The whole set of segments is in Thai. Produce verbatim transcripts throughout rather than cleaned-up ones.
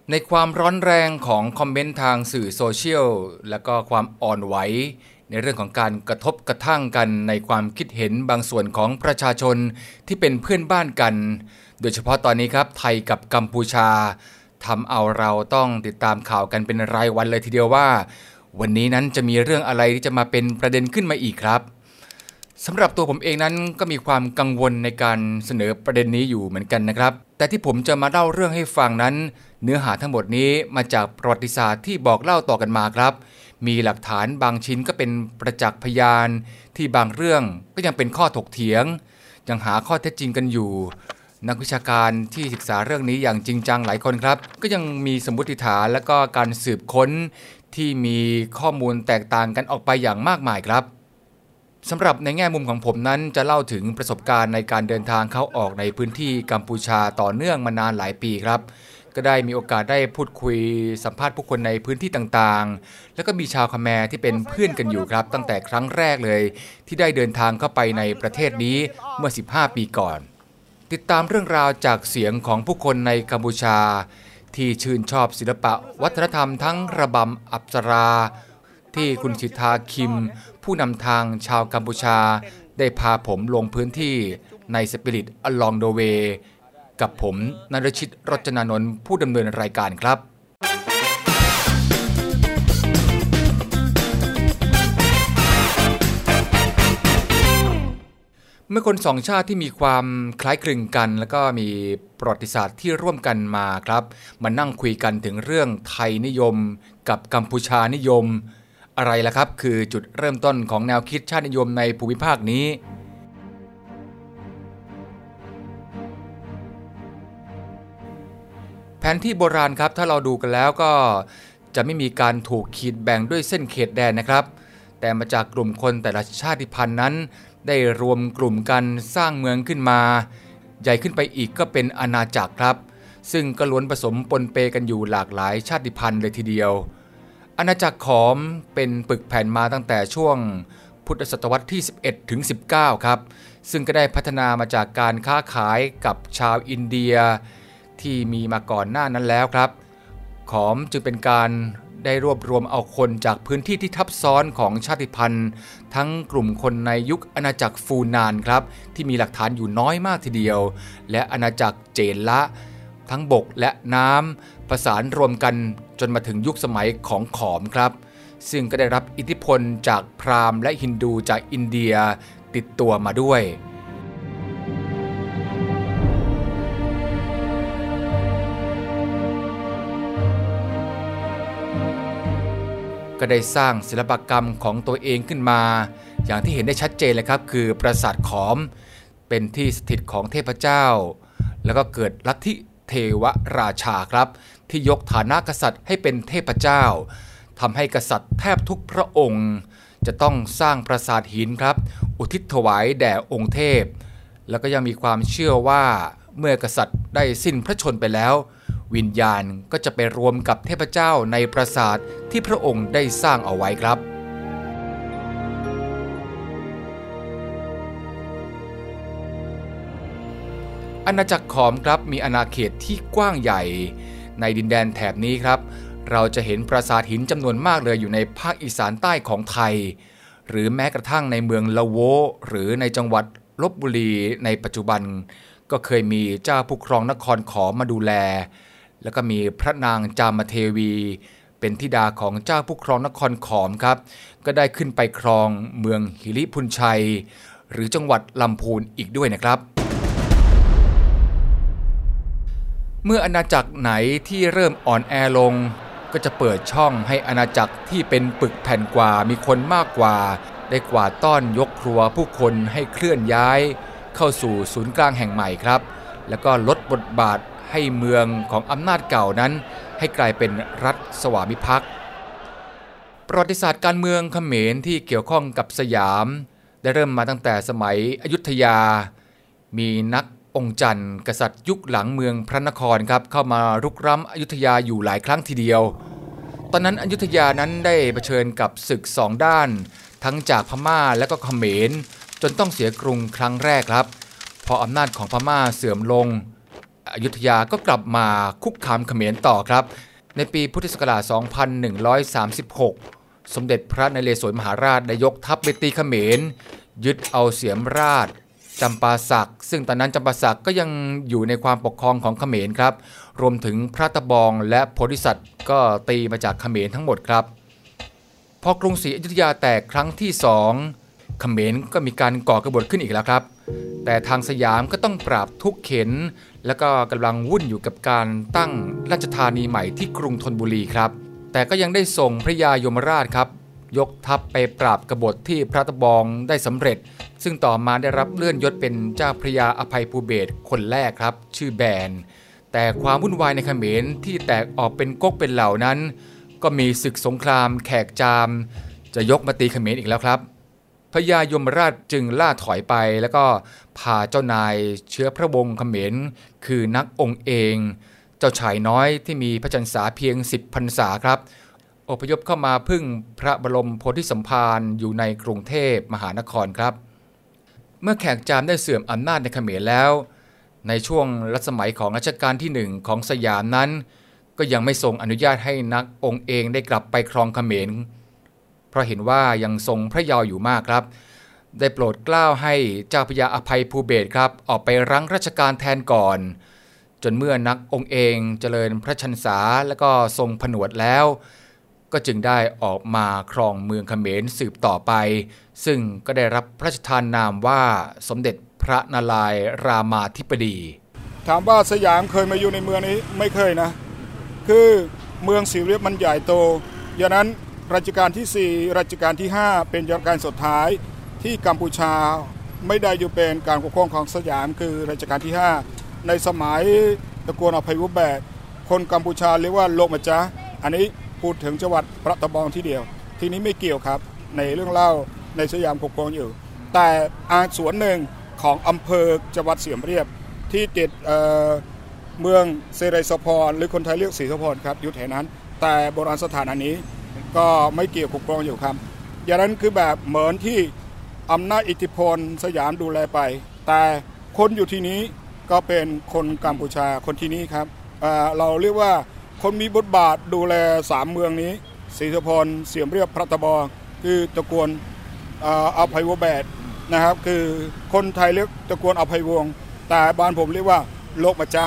ในความร้อนแรงของคอมเมนต์ทางสื่อโซเชียลและก็ความอ่อนไหวในเรื่องของการกระทบกระทั่งกันในความคิดเห็นบางส่วนของประชาชนที่เป็นเพื่อนบ้านกันโดยเฉพาะตอนนี้ครับไทยกับกัมพูชาทำเอาเราต้องติดตามข่าวกันเป็นรายวันเลยทีเดียวว่าวันนี้นั้นจะมีเรื่องอะไรที่จะมาเป็นประเด็นขึ้นมาอีกครับสำหรับตัวผมเองนั้นก็มีความกังวลในการเสนอประเด็นนี้อยู่เหมือนกันนะครับแต่ที่ผมจะมาเล่าเรื่องให้ฟังนั้นเนื้อหาทั้งหมดนี้มาจากประวัติศาสตร์ที่บอกเล่าต่อกันมาครับมีหลักฐานบางชิ้นก็เป็นประจักษ์พยานที่บางเรื่องก็ยังเป็นข้อถกเถียงยังหาข้อเท็จจริงกันอยู่นักวิชาการที่ศึกษาเรื่องนี้อย่างจริงจังหลายคนครับก็ยังมีสมมติฐานและก็การสืบค้นที่มีข้อมูลแตกต่างกันออกไปอย่างมากมายครับสำหรับในแง่มุมของผมนั้นจะเล่าถึงประสบการณ์ในการเดินทางเข้าออกในพื้นที่กัมพูชาต่อเนื่องมานานหลายปีครับก็ได้มีโอกาสได้พูดคุยสัมภาษณ์ผู้คนในพื้นที่ต่างๆแล้วก็มีชาวคแมร์ที่เป็นเพื่อนกันอยู่ครับตั้งแต่ครั้งแรกเลยที่ได้เดินทางเข้าไปในประเทศนี้เมื่อสิบห้าปีก่อนติดตามเรื่องราวจากเสียงของผู้คนในกัมพูชาที่ชื่นชอบศิลปะวัฒนธรรมทั้งระบำอัปสราที่คุณสิทธาคิมผู้นำทางชาวกัมพูชาได้พาผมลงพื้นที่ใน Spirit Along the Way กับผมนฤชิตรจนานนท์ผู้ดำเนินรายการครับเมื่อคนสองชาติที่มีความคล้ายคลึงกันแล้วก็มีประวัติศาสตร์ที่ร่วมกันมาครับมานั่งคุยกันถึงเรื่องไทยนิยมกับกัมพูชานิยมอะไรล่ะครับคือจุดเริ่มต้นของแนวคิดชาตินิยมในภูมิภาคนี้แผนที่โบราณครับถ้าเราดูกันแล้วก็จะไม่มีการถูกขีดแบ่งด้วยเส้นเขตแดนนะครับแต่มาจากกลุ่มคนแต่ละชาติพันธุ์นั้นได้รวมกลุ่มกันสร้างเมืองขึ้นมาใหญ่ขึ้นไปอีกก็เป็นอาณาจักรครับซึ่งก็ล้วนผสมปนเปกันอยู่หลากหลายชาติพันธุ์เลยทีเดียวอาณาจักรขอมเป็นปึกแผ่นมาตั้งแต่ช่วงพุทธศตวรรษที่สิบเอ็ดถึงสิบเก้าครับซึ่งก็ได้พัฒนามาจากการค้าขายกับชาวอินเดียที่มีมาก่อนหน้านั้นแล้วครับขอมจึงเป็นการได้รวบรวมเอาคนจากพื้นที่ที่ทับซ้อนของชาติพันธุ์ทั้งกลุ่มคนในยุคอาณาจักรฟูนานครับที่มีหลักฐานอยู่น้อยมากทีเดียวและอาณาจักรเจนละทั้งบกและน้ำผสานรวมกันจนมาถึงยุคสมัยของขอมครับซึ่งก็ได้รับอิทธิพลจากพราหมณ์และฮินดูจากอินเดียติดตัวมาด้วยก็ได้สร้างศิลปกรรมของตัวเองขึ้นมาอย่างที่เห็นได้ชัดเจนเลยครับคือปราสาทขอมเป็นที่สถิตของเทพเจ้าแล้วก็เกิดลัทธิเทวราชาครับที่ยกฐานะกษัตริย์ให้เป็นเทพเจ้าทำให้กษัตริย์แทบทุกพระองค์จะต้องสร้างปราสาทหินครับอุทิศถวายแด่องค์เทพแล้วก็ยังมีความเชื่อว่าเมื่อกษัตริย์ได้สิ้นพระชนม์ไปแล้ววิญญาณก็จะไปรวมกับเทพเจ้าในปราสาทที่พระองค์ได้สร้างเอาไว้ครับอาณาจักรขอมครับมีอาณาเขตที่กว้างใหญ่ในดินแดนแถบนี้ครับเราจะเห็นปราสาทหินจำนวนมากเลยอยู่ในภาคอีสานใต้ของไทยหรือแม้กระทั่งในเมืองละโวหรือในจังหวัดลพบุรีในปัจจุบันก็เคยมีเจ้าผู้ครองนครขอมมาดูแลแล้วก็มีพระนางจามเทวีเป็นธิดาของเจ้าผู้ครองนครขอมครับก็ได้ขึ้นไปครองเมืองหิริพุนชัยหรือจังหวัดลำพูนอีกด้วยนะครับเมื่ออาณาจักรไหนที่เริ่มอ่อนแอลงก็จะเปิดช่องให้อาณาจักรที่เป็นปึกแผ่นกว่ามีคนมากกว่าได้กวาดต้อนยกครัวผู้คนให้เคลื่อนย้ายเข้าสู่ศูนย์กลางแห่งใหม่ครับแล้วก็ลดบทบาทให้เมืองของอำนาจเก่านั้นให้กลายเป็นรัฐสวามิภักดิ์ประวัติศาสตร์การเมืองเขมรที่เกี่ยวข้องกับสยามได้เริ่มมาตั้งแต่สมัยอยุธยามีนักองค์จันทร์กษัตริย์ยุคหลังเมืองพระนครครับเข้ามารุกล้ำอยุธยาอยู่หลายครั้งทีเดียวตอนนั้นอยุธยานั้นได้เผชิญกับศึกสองด้านทั้งจากพม่าและก็เขมรจนต้องเสียกรุงครั้งแรกครับพออำนาจของพม่าเสื่อมลงอยุธยาก็กลับมาคุกคามเขมรต่อครับในปีพุทธศักราช สองพันหนึ่งร้อยสามสิบหก สมเด็จพระนเรศวรมหาราชได้ยกทัพไปตีเขมรยึดเอาเสียมราชจำปาสักซึ่งตอนนั้นจำปาสักก็ยังอยู่ในความปกครองของเขมรครับรวมถึงพระตะบองและโพธิสัตว์ก็ตีมาจากเขมรทั้งหมดครับพอกรุงศรีอยุธยาแตกครั้งที่สองเขมรก็มีการก่อกบฏขึ้นอีกแล้วครับแต่ทางสยามก็ต้องปราบทุกเข็นแล้วก็กำลังวุ่นอยู่กับการตั้งราชธานีใหม่ที่กรุงธนบุรีครับแต่ก็ยังได้ส่งพระยายมราชครับยกทัพไปปราบกบฏที่พระตะบองได้สำเร็จซึ่งต่อมาได้รับเลื่อนยศเป็นเจ้าพระยาอภัยภูเบศรคนแรกครับชื่อแบนแต่ความวุ่นวายในเขมรที่แตกออกเป็นก๊กเป็นเหล่านั้นก็มีศึกสงครามแขกจามจะยกมาตีเขมรอีกแล้วครับพระยายมราชจึงล่าถอยไปแล้วก็พาเจ้านายเชื้อพระวงศ์เขมรคือนักองค์เองเจ้าชายน้อยที่มีพระชนษาเพียงสิบพรรษาครับอพยพเข้ามาพึ่งพระบรมโพธิสมภารอยู่ในกรุงเทพมหานครครับเมื่อแขกจามได้เสื่อมอำนาจในเขมรแล้วในช่วงรัชสมัยของรัชกาลที่หนึ่งของสยามนั้นก็ยังไม่ทรงอนุญาตให้นักองค์เองได้กลับไปครองเขมรเพราะเห็นว่ายังทรงพระเยาว์อยู่มากครับได้โปรดเกล้าให้เจ้าพระยาอภัยภูเบศรครับออกไปรั้งราชการแทนก่อนจนเมื่อนักองค์เองเจริญพระชนษาและก็ทรงผนวดแล้วก็จึงได้ออกมาครองเมืองเขมรสืบต่อไปซึ่งก็ได้รับพระราชทานนามว่าสมเด็จพระนารายณ์รามาธิบดีถามว่าสยามเคยมาอยู่ในเมืองนี้ไม่เคยนะคือเมืองสีเรียบมันใหญ่โตดังนั้นรัชกาลที่สี่รัชกาลที่ห้าเป็นรัชกาลสุดท้ายที่กัมพูชาไม่ได้อยู่เป็นการปกครองของสยามคือรัชกาลที่ห้าในสมัยตระกูลอภัยภูเบศรคนกัมพูชาเรียกว่าโลกมะจ๊ะอันนี้พูดถึงจังหวัดพระตะบองที่เดียวทีนี้ไม่เกี่ยวครับในเรื่องเล่าในสยามปกครองอยู่แต่อาส่วนหนึ่งของอำเภอจังหวัดเสียมเรียบที่ติด เอ่อ เมืองเซเรสพรหรือคนไทยเรียกศรีสพรครับอยู่แถวนั้นแต่โบราณสถานอันนี้ก็ไม่เกี่ยวปกครองอยู่ครับอย่างนั้นคือแบบเหมือนที่อำนาจอิทธิพลสยามดูแลไปแต่คนอยู่ที่นี้ก็เป็นคนกัมพูชาคนที่นี้ครับ เอ่อ เราเรียกว่าคนมีบทบาทดูแลสามเมืองนี้ศรีสพรเสียมเรียบพระตะบองคือตระกูลอภัยวงศ์แบดนะครับคือคนไทยเรียกตระกูลอภัยวงศ์แต่บ้านผมเรียกว่าโลกมะจ๊ะ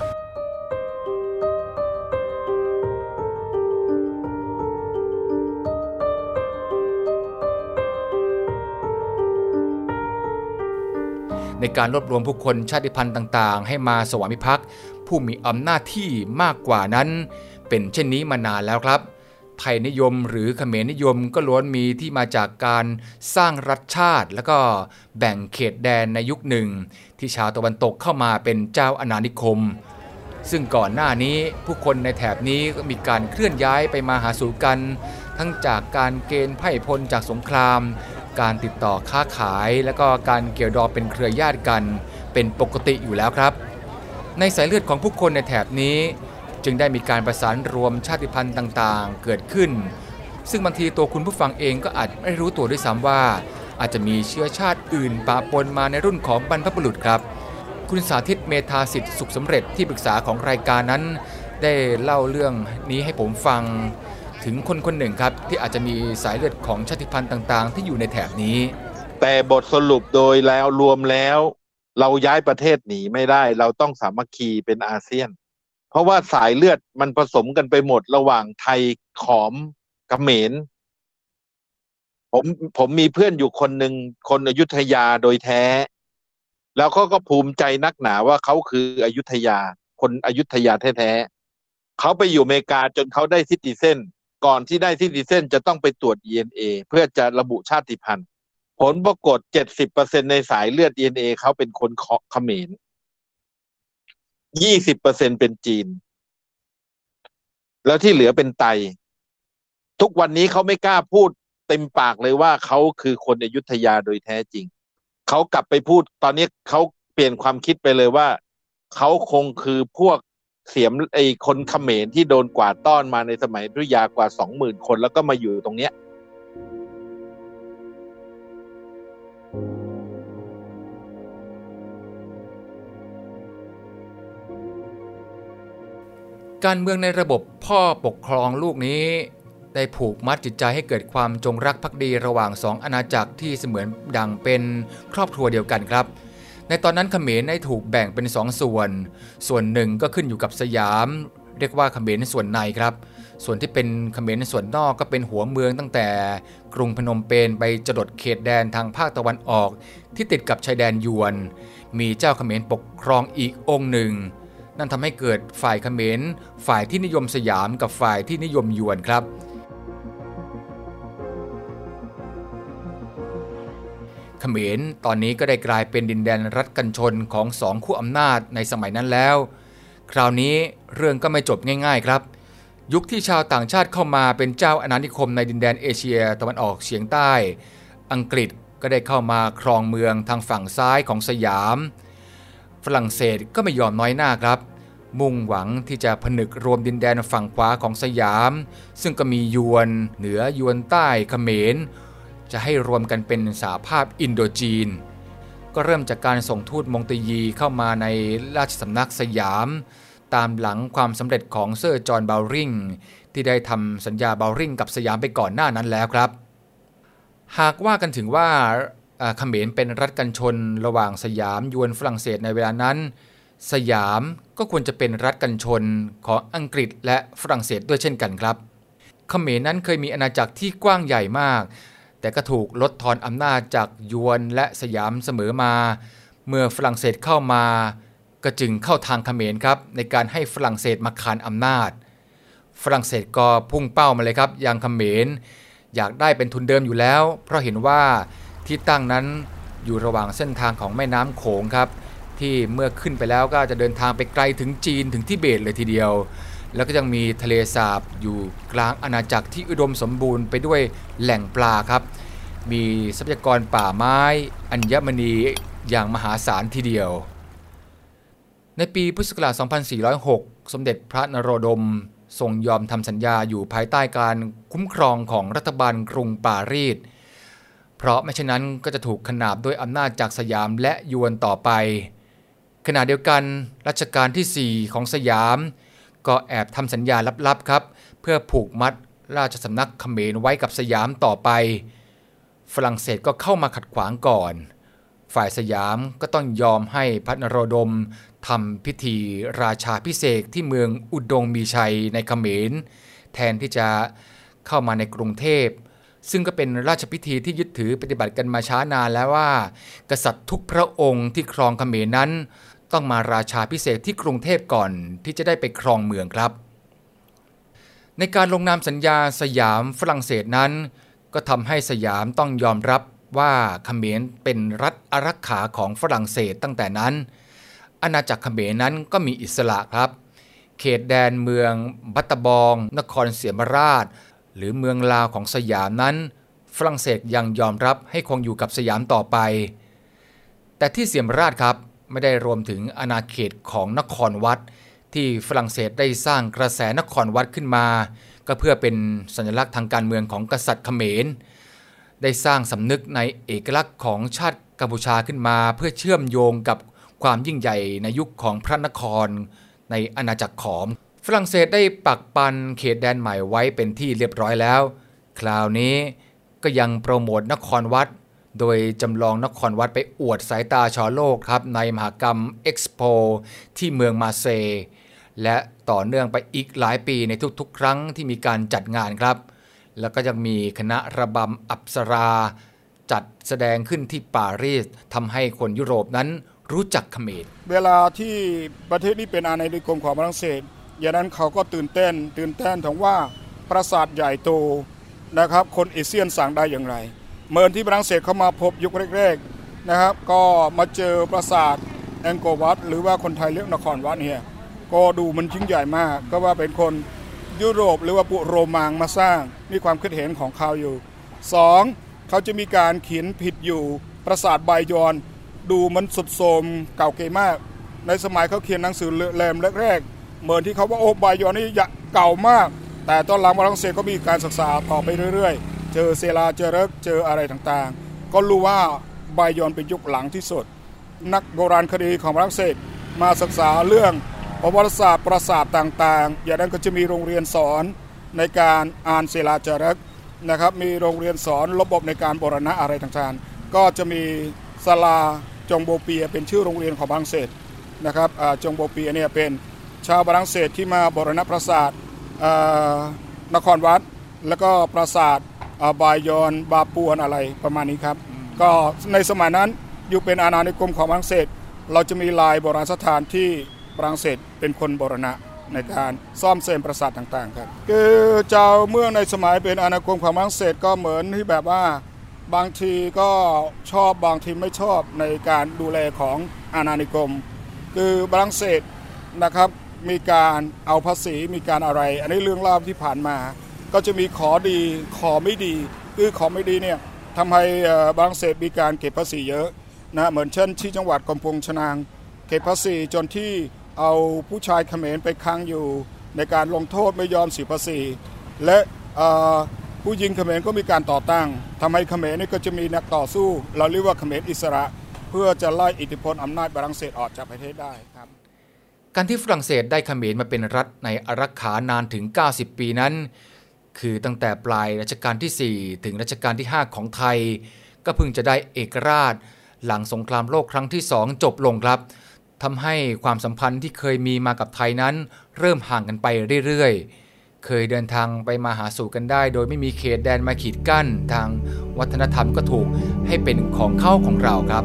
ในการรวบรวมผู้คนชาติพันธุ์ต่างๆให้มาสวามิภักดิ์ผู้มีอำนาจที่มากกว่านั้นเป็นเช่นนี้มานานแล้วครับไทยนิยมหรือเขมรนิยมก็ล้วนมีที่มาจากการสร้างรัฐชาติและก็แบ่งเขตแดนในยุคหนึ่งที่ชาวตะวันตกเข้ามาเป็นเจ้าอาณานิคมซึ่งก่อนหน้านี้ผู้คนในแถบนี้ก็มีการเคลื่อนย้ายไปมาหาสู่กันทั้งจากการเกณฑ์ไพร่พลจากสงครามการติดต่อค้าขายและก็การเกี่ยวดองเป็นเครือญาติกันเป็นปกติอยู่แล้วครับในสายเลือดของผู้คนในแถบนี้จึงได้มีการประสานรวมชาติพันธุ์ต่างๆเกิดขึ้นซึ่งบางทีตัวคุณผู้ฟังเองก็อาจไม่รู้ตัวด้วยซ้ำว่าอาจจะมีเชื้อชาติอื่นปะปนมาในรุ่นของบรรพบุรุษครับคุณสาธิตเมธาสิทธิ์สุขสำเร็จที่ปรึกษาของรายการนั้นได้เล่าเรื่องนี้ให้ผมฟังถึงคนคนหนึ่งครับที่อาจจะมีสายเลือดของชาติพันธุ์ต่างๆที่อยู่ในแถบนี้แต่บทสรุปโดยแล้วรวมแล้วเราย้ายประเทศหนีไม่ได้เราต้องสามัคคีเป็นอาเซียนเพราะว่าสายเลือดมันผสมกันไปหมดระหว่างไทยขอมเขมรผมผมมีเพื่อนอยู่คนหนึ่งคนอยุธยาโดยแท้แล้วเขาก็ภูมิใจนักหนาว่าเขาคืออยุธยาคนอยุธยาแท้ๆเขาไปอยู่อเมริกาจนเขาได้ซิติเซนก่อนที่ได้ซิติเซนจะต้องไปตรวจ ดี เอ็น เอ เพื่อจะระบุชาติพันธุ์ผลปรากฏ เจ็ดสิบเปอร์เซ็นต์ ในสายเลือด ดี เอ็น เอ เขาเป็นคนเขมร ยี่สิบเปอร์เซ็นต์ เป็นจีนแล้วที่เหลือเป็นไตทุกวันนี้เขาไม่กล้าพูดเต็มปากเลยว่าเขาคือคนอยุธยาโดยแท้จริงเขากลับไปพูดตอนนี้เขาเปลี่ยนความคิดไปเลยว่าเขาคงคือพวกเสียมไอ้คนเขมรที่โดนกวาดต้อนมาในสมัยอยุธยากว่า สองหมื่น คนแล้วก็มาอยู่ตรงเนี้ยการเมืองในระบบพ่อปกครองลูกนี้ได้ผูกมัดจิตใจให้เกิดความจงรักภักดีระหว่างสองอาณาจักรที่เสมือนดังเป็นครอบครัวเดียวกันครับในตอนนั้นเขมรได้ถูกแบ่งเป็นสองส่วนส่วนหนึ่งก็ขึ้นอยู่กับสยามเรียกว่าเขมรส่วนในครับส่วนที่เป็นเขมรส่วนนอกก็เป็นหัวเมืองตั้งแต่กรุงพนมเปญไปจรดเขตแดนทางภาคตะวันออกที่ติดกับชายแดนยวนมีเจ้าเขมรปกครองอีกองค์หนึ่งนั่นทำให้เกิดฝ่ายเขมรฝ่ายที่นิยมสยามกับฝ่ายที่นิยมยวนครับเขมรตอนนี้ก็ได้กลายเป็นดินแดนรัฐกันชนของสองขั้วอำนาจในสมัยนั้นแล้วคราวนี้เรื่องก็ไม่จบง่ายๆครับยุคที่ชาวต่างชาติเข้ามาเป็นเจ้าอาณานิคมในดินแดนเอเชียตะวันออกเฉียงใต้อังกฤษก็ได้เข้ามาครองเมืองทางฝั่งซ้ายของสยามฝรั่งเศสก็ไม่ยอมน้อยหน้าครับมุ่งหวังที่จะผนึกรวมดินแดนฝั่งขวาของสยามซึ่งก็มียวนเหนือยวนใต้เขมรจะให้รวมกันเป็นสหภาพอินโดจีนก็เริ่มจากการส่งทูตมงตยีเข้ามาในราชสำนักสยามตามหลังความสำเร็จของเซอร์จอห์นบาวริงที่ได้ทำสัญญาบาวริงกับสยามไปก่อนหน้านั้นแล้วครับหากว่ากันถึงว่าเขมรเป็นรัฐกันชนระหว่างสยามยวนฝรั่งเศสในเวลานั้นสยามก็ควรจะเป็นรัฐกันชนของอังกฤษและฝรั่งเศสด้วยเช่นกันครับเขมรนั้นเคยมีอาณาจักรที่กว้างใหญ่มากแต่ก็ถูกลดทอนอำนาจจากยวนและสยามเสมอมาเมื่อฝรั่งเศสเข้ามาก็จึงเข้าทางเขมรครับในการให้ฝรั่งเศสมาคานอำนาจฝรั่งเศสก็พุ่งเป้ามาเลยครับอย่างเขมรอยากได้เป็นทุนเดิมอยู่แล้วเพราะเห็นว่าที่ตั้งนั้นอยู่ระหว่างเส้นทางของแม่น้ำโขงครับที่เมื่อขึ้นไปแล้วก็จะเดินทางไปไกลถึงจีนถึงทิเบตเลยทีเดียวแล้วก็ยังมีทะเลสาบอยู่กลางอาณาจักรที่อุดมสมบูรณ์ไปด้วยแหล่งปลาครับมีทรัพยากรป่าไม้อัญมณีอย่างมหาศาลทีเดียวในปีพุทธศักราช สองพันสี่ร้อยหก สมเด็จพระนโรดมทรงยอมทำสัญญาอยู่ภายใต้การคุ้มครองของรัฐบาลกรุงปารีสเพราะไม่เช่นนั้นก็จะถูกขนาบด้วยอำนาจจากสยามและยวนต่อไปขณะเดียวกันรัชกาลที่สี่ของสยามก็แอบทำสัญญาลับๆครับเพื่อผูกมัดราชสำนักเขมรไว้กับสยามต่อไปฝรั่งเศสก็เข้ามาขัดขวางก่อนฝ่ายสยามก็ต้องยอมให้พระนโรดมทำพิธีราชาภิเษกที่เมืองอุดงมีชัยในเขมรแทนที่จะเข้ามาในกรุงเทพซึ่งก็เป็นราชพิธีที่ยึดถือปฏิบัติกันมาช้านานแล้วว่ากษัตริย์ทุกพระองค์ที่ครองเขมรนั้นต้องมาราชาภิเษกที่กรุงเทพก่อนที่จะได้ไปครองเมืองครับในการลงนามสัญญาสยามฝรั่งเศสนั้นก็ทำให้สยามต้องยอมรับว่าเขมรเป็นรัฐอารักขาของฝรั่งเศสตั้งแต่นั้นอาณาจักรเขมรนั้นก็มีอิสระครับเขตแดนเมืองบัตตบองนครเสียมราชหรือเมืองลาวของสยามนั้นฝรั่งเศสยังยอมรับให้คงอยู่กับสยามต่อไปแต่ที่เสียมราชครับไม่ได้รวมถึงอาณาเขตของนครวัดที่ฝรั่งเศสได้สร้างกระแสนครวัดขึ้นมาก็เพื่อเป็นสัญลักษณ์ทางการเมืองของกษัตริย์เขมรได้สร้างสำนึกในเอกลักษณ์ของชาติกัมพูชาขึ้นมาเพื่อเชื่อมโยงกับความยิ่งใหญ่ในยุคของพระนครในอาณาจักรขอมฝรั่งเศสได้ปักปันเขตแดนใหม่ไว้เป็นที่เรียบร้อยแล้วคราวนี้ก็ยังโปรโมทนครวัดโดยจำลองนครวัดไปอวดสายตาชาวโลกครับในมหกรรมเอ็กซ์โปที่เมืองมาเซย์และต่อเนื่องไปอีกหลายปีในทุกๆครั้งที่มีการจัดงานครับแล้วก็ยังมีคณะระบำอัปสราจัดแสดงขึ้นที่ปารีสทำให้คนยุโรปนั้นรู้จักเขมรเวลาที่ประเทศนี้เป็นอาณานิคมของฝรั่งเศสอย่างนั้นเขาก็ตื่นเต้นตื่นเต้นถึงว่าปราสาทใหญ่โตนะครับคนเอเชียนสั่งได้อย่างไรเมื่อที่ฝรั่งเศสเข้ามาพบยุคแรกๆนะครับก็มาเจอปราสาทแองกอร์วัดหรือว่าคนไทยเรียกนครวัดเนี่ยก็ดูมันยิ่งใหญ่มากก็ว่าเป็นคนยุโรปหรือว่าปุโรมังมาสร้างมีความคิดเห็นของเขาอยู่สองเขาจะมีการเขียนผิดอยู่ปราสาทไบยอนดูมันสุดโทรมเก่าเก๋มากในสมัยเขาเขียนหนังสือเล่มแรกๆเหมือนที่เขาว่าโอ้ไบยอนนี่เก่ามากแต่ตอนหลังฝรั่งเศสก็มีการศึกษาต่อไปเรื่อยๆเจอเซลาเจอเริกเจออะไรต่างๆก็รู้ว่าไบยอนเป็นยุคหลังที่สุดนักโบราณคดีของฝรั่งเศสมาศึกษาเรื่องประวัติศาสตร์ปราสาทต่างๆอย่างนั้นก็จะมีโรงเรียนสอนในการอ่านศิลาจารึกนะครับมีโรงเรียนสอนระบบในการบูรณะอะไรต่างๆก็จะมีศาลาจงโบเปียเป็นชื่อโรงเรียนของฝรั่งเศสนะครับจงโบเปียเนี่ยเป็นชาวฝรั่งเศสที่มาบูรณะปราสาทนครวัดแล้วก็ปราสาทบายอนบาปวนอะไรประมาณนี้ครับก็ในสมัยนั้นอยู่เป็นอาณานิคมของฝรั่งเศสเราจะมีลายโบราณสถานที่ฝรั่งเศสเป็นคนบูรณะในการซ่อมแซมปราสาทต่างๆครับคือเจ้าเมืองในสมัยเป็นอาณานิคมของฝรั่งเศสก็เหมือนที่แบบว่าบางทีก็ชอบบางทีไม่ชอบในการดูแลของอาณานิคมคือฝรั่งเศสนะครับมีการเอาภาษีมีการอะไรอันนี้เรื่องเล่าที่ผ่านมาก็จะมีขอดีขอไม่ดีคือขอไม่ดีเนี่ยทำให้ฝรั่งเศสมีการเก็บภาษีเยอะนะเหมือนเช่นที่จังหวัดกำปงชนางเก็บภาษีจนที่เอาผู้ชายเขมรไปค้างอยู่ในการลงโทษไม่ยอมเสียภาษีและผู้หญิงเขมรก็มีการต่อต้านทำให้เขมรนี่ก็จะมีนักต่อสู้เราเรียกว่าเขมรอิสระเพื่อจะไล่อิทธิพลอำนาจฝรั่งเศสออกจากประเทศได้ครับการที่ฝรั่งเศสได้เขมรมาเป็นรัฐในอารักขานานถึงเก้าสิบปีนั้นคือตั้งแต่ปลายรัชกาลที่สี่ถึงรัชกาลที่ห้าของไทยก็เพิ่งจะได้เอกราชหลังสงครามโลกครั้งที่สองจบลงครับทำให้ความสัมพันธ์ที่เคยมีมากับไทยนั้นเริ่มห่างกันไปเรื่อยๆเคยเดินทางไปมาหาสู่กันได้โดยไม่มีเขตแดนมาขีดกั้นทางวัฒนธรรมก็ถูกให้เป็นของเข้าของเราครับ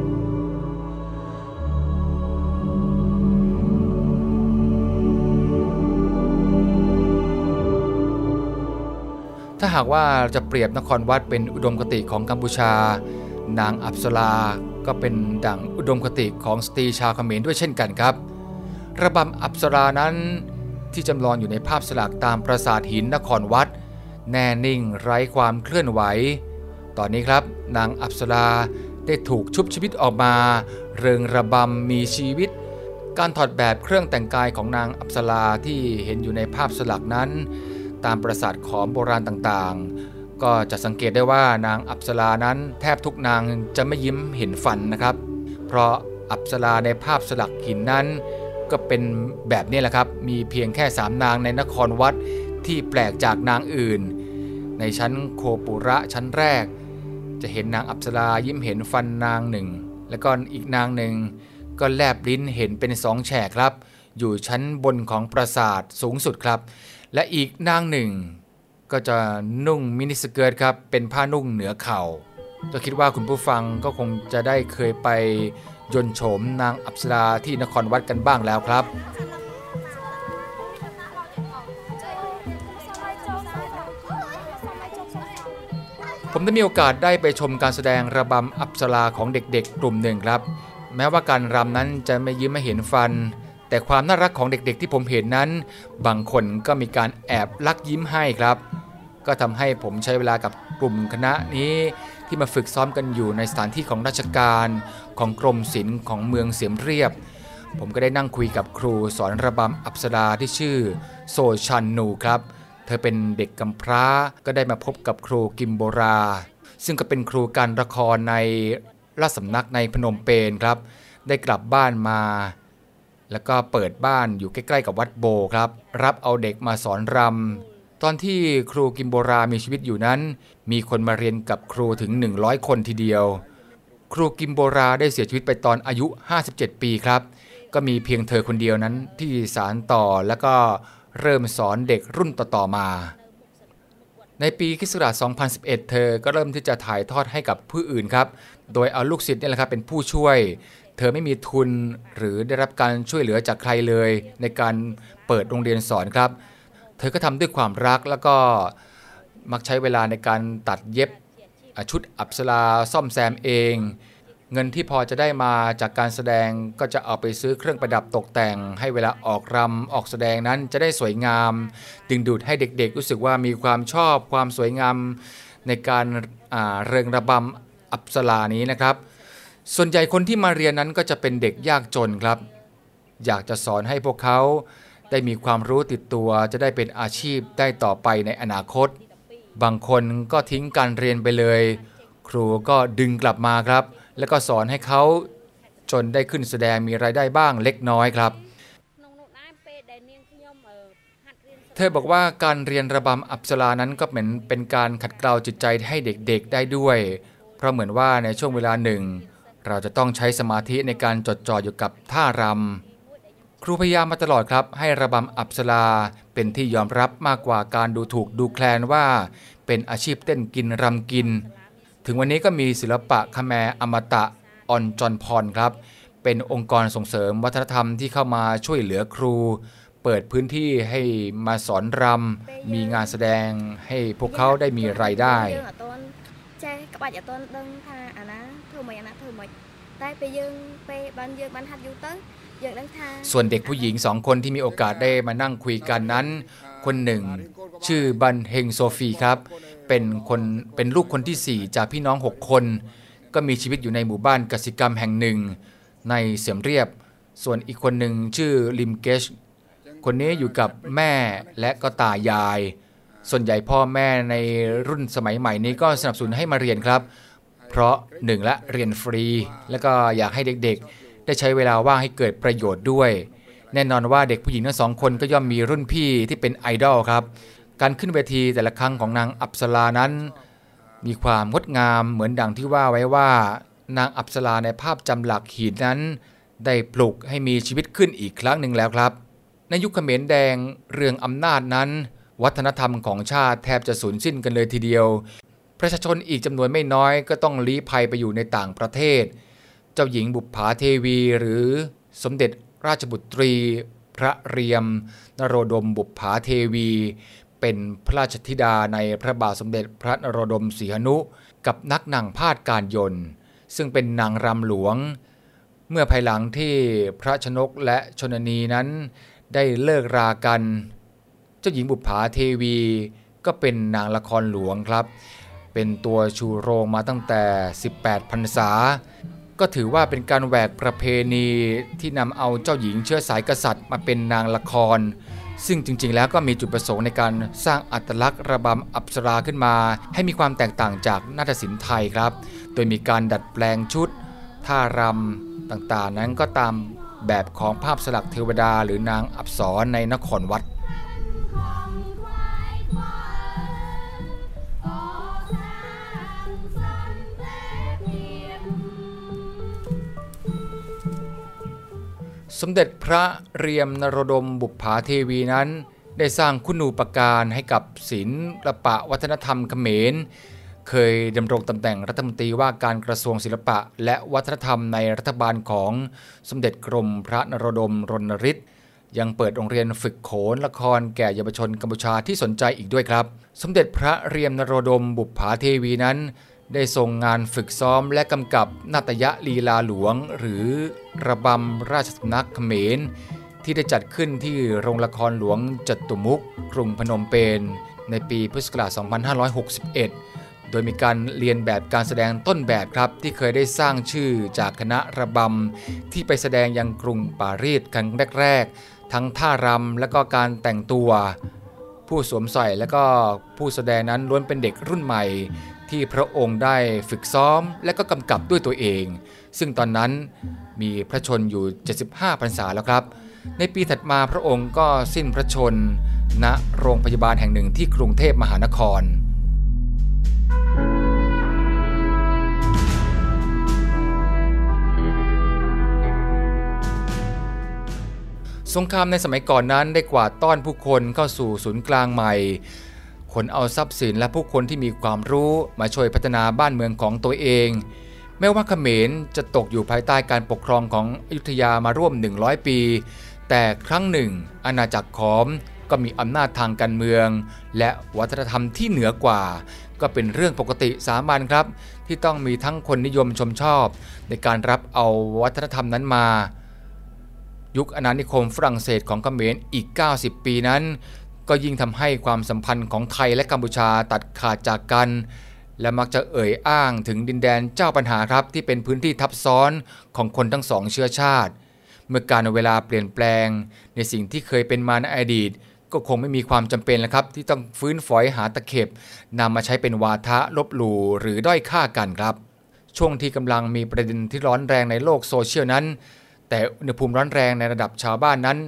ถ้าหากว่าจะเปรียบนครวัดเป็นอุดมคติของกัมพูชานางอัปสราก็เป็นดั่งอุดมคติของสตรีชาวเขมรด้วยเช่นกันครับระบำอัปสรานั้นที่จำลองอยู่ในภาพสลักตามปราสาทหินนครวัดแน่นิ่งไร้ความเคลื่อนไหวตอนนี้ครับนางอัปสราได้ถูกชุบชีวิตออกมาเริงระบำมีชีวิตการถอดแบบเครื่องแต่งกายของนางอัปสราที่เห็นอยู่ในภาพสลักนั้นตามปราสาทขอมโบราณต่างๆก็จะสังเกตได้ว่านางอัปสรานั้นแทบทุกนางจะไม่ยิ้มเห็นฟันนะครับเพราะอัปสราในภาพสลักหินนั้นก็เป็นแบบนี้แหละครับมีเพียงแค่สามนางในนครวัดที่แปลกจากนางอื่นในชั้นโคปุระชั้นแรกจะเห็นนางอัปสรายิ้มเห็นฟันนางหนึ่งแล้วก็อีกนางหนึ่งก็แลบลิ้นเห็นเป็นสองแฉกครับอยู่ชั้นบนของปราสาทสูงสุดครับและอีกนางหนึ่งก็จะนุ่งมินิสเกิร์ตครับเป็นผ้านุ่งเหนือเข่าก็คิดว่าคุณผู้ฟังก็คงจะได้เคยไปยนต์โฉมนางอัปสราที่นครวัดกันบ้างแล้วครับผมได้มีโอกาสได้ไปชมการแสดงระบำอัปสราของเด็กๆกลุ่มหนึ่งครับแม้ว่าการรำนั้นจะไม่ยิ้มไม่เห็นฟันแต่ความน่ารักของเด็กๆที่ผมเห็นนั้นบางคนก็มีการแอบลักยิ้มให้ครับก็ทำให้ผมใช้เวลากับกลุ่มคณะนี้ที่มาฝึกซ้อมกันอยู่ในสถานที่ของราชการของกรมศิลป์ของเมืองเสียมเรียบผมก็ได้นั่งคุยกับครูสอนระบำอัปสราที่ชื่อโซชันนูครับเธอเป็นเด็กกำพร้าก็ได้มาพบกับครูกิมโบราซึ่งก็เป็นครูการละครในราชสำนักในพนมเปญครับได้กลับบ้านมาแล้วก็เปิดบ้านอยู่ใกล้ๆกับวัดโบครับรับเอาเด็กมาสอนรำตอนที่ครูกิมโบรามีชีวิตอยู่นั้นมีคนมาเรียนกับครูถึงหนึ่งร้อยคนทีเดียวครูกิมโบราได้เสียชีวิตไปตอนอายุห้าสิบเจ็ดปีครับก็มีเพียงเธอคนเดียวนั้นที่สานต่อแล้วก็เริ่มสอนเด็กรุ่นต่อๆมาในปีค.ศ. สองพันสิบเอ็ดเธอก็เริ่มที่จะถ่ายทอดให้กับผู้อื่นครับโดยเอาลูกศิษย์นี่แหละครับเป็นผู้ช่วยเธอไม่มีทุนหรือได้รับการช่วยเหลือจากใครเลยในการเปิดโรงเรียนสอนครับเธอก็ทำด้วยความรักแล้วก็มักใช้เวลาในการตัดเย็บชุดอัปสราซ่อมแซมเองเงินที่พอจะได้มาจากการแสดงก็จะเอาไปซื้อเครื่องประดับตกแต่งให้เวลาออกรำออกแสดงนั้นจะได้สวยงามดึงดูดให้เด็กๆรู้สึกว่ามีความชอบความสวยงามในการเริงระบำอัปสรานี้นะครับส่วนใหญ่คนที่มาเรียนนั้นก็จะเป็นเด็กยากจนครับอยากจะสอนให้พวกเขาได้มีความรู้ติดตัวจะได้เป็นอาชีพได้ต่อไปในอนาคตบางคนก็ทิ้งการเรียนไปเลยครูก็ดึงกลับมาครับแล้วก็สอนให้เขาจนได้ขึ้นแสดงมีรายได้บ้างเล็กน้อยครับเธอบอกว่าการเรียนระบำอัปสรานั้นก็เหมือนเป็นการขัดเกลาจิตใจให้เด็กๆได้ด้วยเพราะเหมือนว่าในช่วงเวลาหนึ่งเราจะต้องใช้สมาธิในการจดจ่ออยู่กับท่ารำครูพยายามมาตลอดครับให้ระบำอัปสราเป็นที่ยอมรับมากกว่าการดูถูกดูแคลนว่าเป็นอาชีพเต้นกินรำกินถึงวันนี้ก็มีศิลปะคแมร์อมตะออนจอนพรครับเป็นองค์กรส่งเสริมวัฒนธรรมที่เข้ามาช่วยเหลือครูเปิดพื้นที่ให้มาสอนรำมีงานแสดงให้พวกเขาได้มีรายได้ส่วนเด็กผู้หญิงสองคนที่มีโอกาสได้มานั่งคุยกันนั้นคนหนึ่งชื่อบันเฮงโซฟีครับเป็นคนเป็นลูกคนที่สี่จากพี่น้องหกคนก็มีชีวิตอยู่ในหมู่บ้านกสิกรรมแห่งหนึ่งในเสียมเรียบส่วนอีกคนหนึ่งชื่อลิมเกชคนนี้อยู่กับแม่และก็ตายายส่วนใหญ่พ่อแม่ในรุ่นสมัยใหม่นี้ก็สนับสนุนให้มาเรียนครับเพราะหนึ่งละเรียนฟรีแล้วก็อยากให้เด็กๆได้ใช้เวลาว่างให้เกิดประโยชน์ด้วยแน่นอนว่าเด็กผู้หญิงทั้งสองคนก็ย่อมมีรุ่นพี่ที่เป็นไอดอลครับการขึ้นเวทีแต่ละครั้งของนางอัปสรานั้นมีความงดงามเหมือนดังที่ว่าไว้ว่านางอัปสราในภาพจำหลักหินนั้นได้ปลุกให้มีชีวิตขึ้นอีกครั้งหนึ่งแล้วครับในยุคเขมรแดงเรืองอำนาจนั้นวัฒนธรรมของชาติแทบจะสูญสิ้นกันเลยทีเดียวประชาชนอีกจำนวนไม่น้อยก็ต้องลี้ภัยไปอยู่ในต่างประเทศเจ้าหญิงบุปผาเทวีหรือสมเด็จราชบุตรีพระเรียมนโรดมบุปผาเทวีเป็นพระราชธิดาในพระบาทสมเด็จพระนโรดมศรีหนุกับนักนางพาทย์การยนต์ซึ่งเป็นนางรำหลวงเมื่อภายหลังที่พระชนกและชนนีนั้นได้เลิกรากันเจ้าหญิงบุปผาเทวีก็เป็นนางละครหลวงครับเป็นตัวชูโรงมาตั้งแต่สิบแปดพรรษาก็ถือว่าเป็นการแหวกประเพณีที่นำเอาเจ้าหญิงเชื้อสายกษัตริย์มาเป็นนางละครซึ่งจริงๆแล้วก็มีจุดประสงค์ในการสร้างอัตลักษณ์ระบำอัปสราขึ้นมาให้มีความแตกต่างจากนาฏศิลป์ไทยครับโดยมีการดัดแปลงชุดท่ารำต่างๆนั้นก็ตามแบบของภาพสลักเทวดาหรือนางอัปสรในนครวัดสมเด็จพระเรียมนโรดมบุปผาเทวีนั้นได้สร้างคุณูปการให้กับศิลปะวัฒนธรรมเขมรเคยดำรงตำแหน่งรัฐมนตรีว่าการกระทรวงศิลปะและวัฒนธรรมในรัฐบาลของสมเด็จกรมพระนโรดมรณฤทธิ์ยังเปิดโรงเรียนฝึกโขนละครแก่เยาวชนกัมพูชาที่สนใจอีกด้วยครับสมเด็จพระเรียมนโรดมบุปผาเทวีนั้นได้ทรงงานฝึกซ้อมและกำกับนาฏยลีลาหลวงหรือระบำราชสำนักเขมรที่ได้จัดขึ้นที่โรงละครหลวงจตุมุขกรุงพนมเปญในปีพุทธศักราชสองพันห้าร้อยหกสิบเอ็ดโดยมีการเรียนแบบการแสดงต้นแบบครับที่เคยได้สร้างชื่อจากคณะระบำที่ไปแสดงยังกรุงปารีสครั้งแรกๆทั้งท่ารำและก็การแต่งตัวผู้สวมใส่และก็ผู้แสดงนั้นล้วนเป็นเด็กรุ่นใหม่ที่พระองค์ได้ฝึกซ้อมและก็กำกับด้วยตัวเองซึ่งตอนนั้นมีพระชนอยู่เจ็ดสิบห้าพรรษาแล้วครับในปีถัดมาพระองค์ก็สิ้นพระชนณโรงพยาบาลแห่งหนึ่งที่กรุงเทพมหานครสงครามในสมัยก่อนนั้นได้กวาดต้อนผู้คนเข้าสู่ศูนย์กลางใหม่ขนเอาทรัพย์สินและผู้คนที่มีความรู้มาช่วยพัฒนาบ้านเมืองของตัวเองแม้ว่าเขมรจะตกอยู่ภายใต้การปกครองของอยุธยามาร่วมหนึ่งร้อยปีแต่ครั้งหนึ่งอาณาจักรขอมก็มีอำนาจทางการเมืองและวัฒนธรรมที่เหนือกว่าก็เป็นเรื่องปกติสามัญครับที่ต้องมีทั้งคนนิยมชมชอบในการรับเอาวัฒนธรรมนั้นมายุคอาณานิคมฝรั่งเศสของเขมรอีกเก้าสิบปีนั้นก็ยิ่งทำให้ความสัมพันธ์ของไทยและกัมพูชาตัดขาดจากกันและมักจะเอ่ยอ้างถึงดินแดนเจ้าปัญหาครับที่เป็นพื้นที่ทับซ้อนของคนทั้งสองเชื้อชาติเมื่อการเวลาเปลี่ยนแปลงในสิ่งที่เคยเป็นมาในอดีตก็คงไม่มีความจำเป็นแล้วครับที่ต้องฟื้นฝอยหาตะเข็บนำมาใช้เป็นวาทะลบหลู่หรือด้อยค่ากันครับช่วงที่กำลังมีประเด็นที่ร้อนแรงในโลกโซเชียลนั้นแต่อุณหภูมิร้อนแรงในระดับชาวบ้านนั้น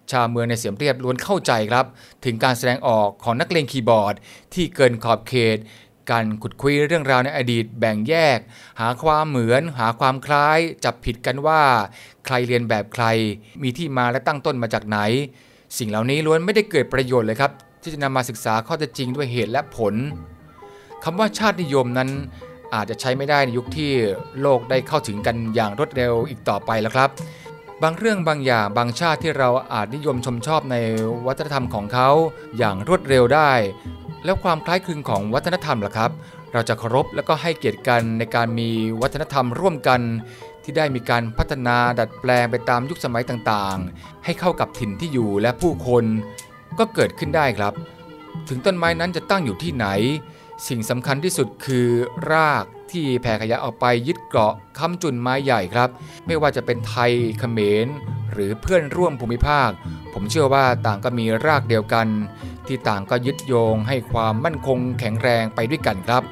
ชาวเมืองในเสียมเรียบล้วนเข้าใจครับถึงการแสดงออกของนักเลงคีย์บอร์ดที่เกินขอบเขตการขุดคุยเรื่องราวในอดีตแบ่งแยกหาความเหมือนหาความคล้ายจับผิดกันว่าใครเรียนแบบใครมีที่มาและตั้งต้นมาจากไหนสิ่งเหล่านี้ล้วนไม่ได้เกิดประโยชน์เลยครับที่จะนำมาศึกษาข้อเท็จจริงด้วยเหตุและผลคำว่าชาตินิยมนั้นอาจจะใช้ไม่ได้ในยุคที่โลกได้เข้าถึงกันอย่างรวดเร็วอีกต่อไปแล้วครับบางเรื่องบางอย่างบางชาติที่เราอาจนิยมชมชอบในวัฒนธรรมของเขาอย่างรวดเร็วได้แล้วความคล้ายคลึงของวัฒนธรรมล่ะครับเราจะเคารพและก็ให้เกียรติกันในการมีวัฒนธรรมร่วมกันที่ได้มีการพัฒนาดัดแปลงไปตามยุคสมัยต่างๆให้เข้ากับถิ่นที่อยู่และผู้คนก็เกิดขึ้นได้ครับถึงต้นไม้นั้นจะตั้งอยู่ที่ไหนสิ่งสำคัญที่สุดคือรากที่แผ่ขยายออกไปยึดเกาะค้ำจุนไม้ใหญ่ครับไม่ว่าจะเป็นไทยเขมรหรือเพื่อนร่วมภูมิภาคผมเชื่อว่าต่างก็มีรากเดียวกันที่ต่างก็ยึดโยงให้ความมั่นคงแข็งแรงไปด้วยกันครับ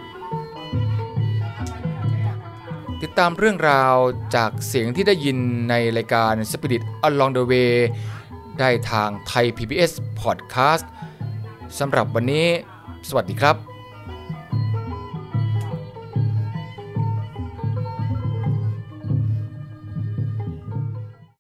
ติดตามเรื่องราวจากเสียงที่ได้ยินในรายการ Spirit Along the Way ได้ทางไทย พี บี เอส Podcast สำหรับวันนี้สวัสดีครับ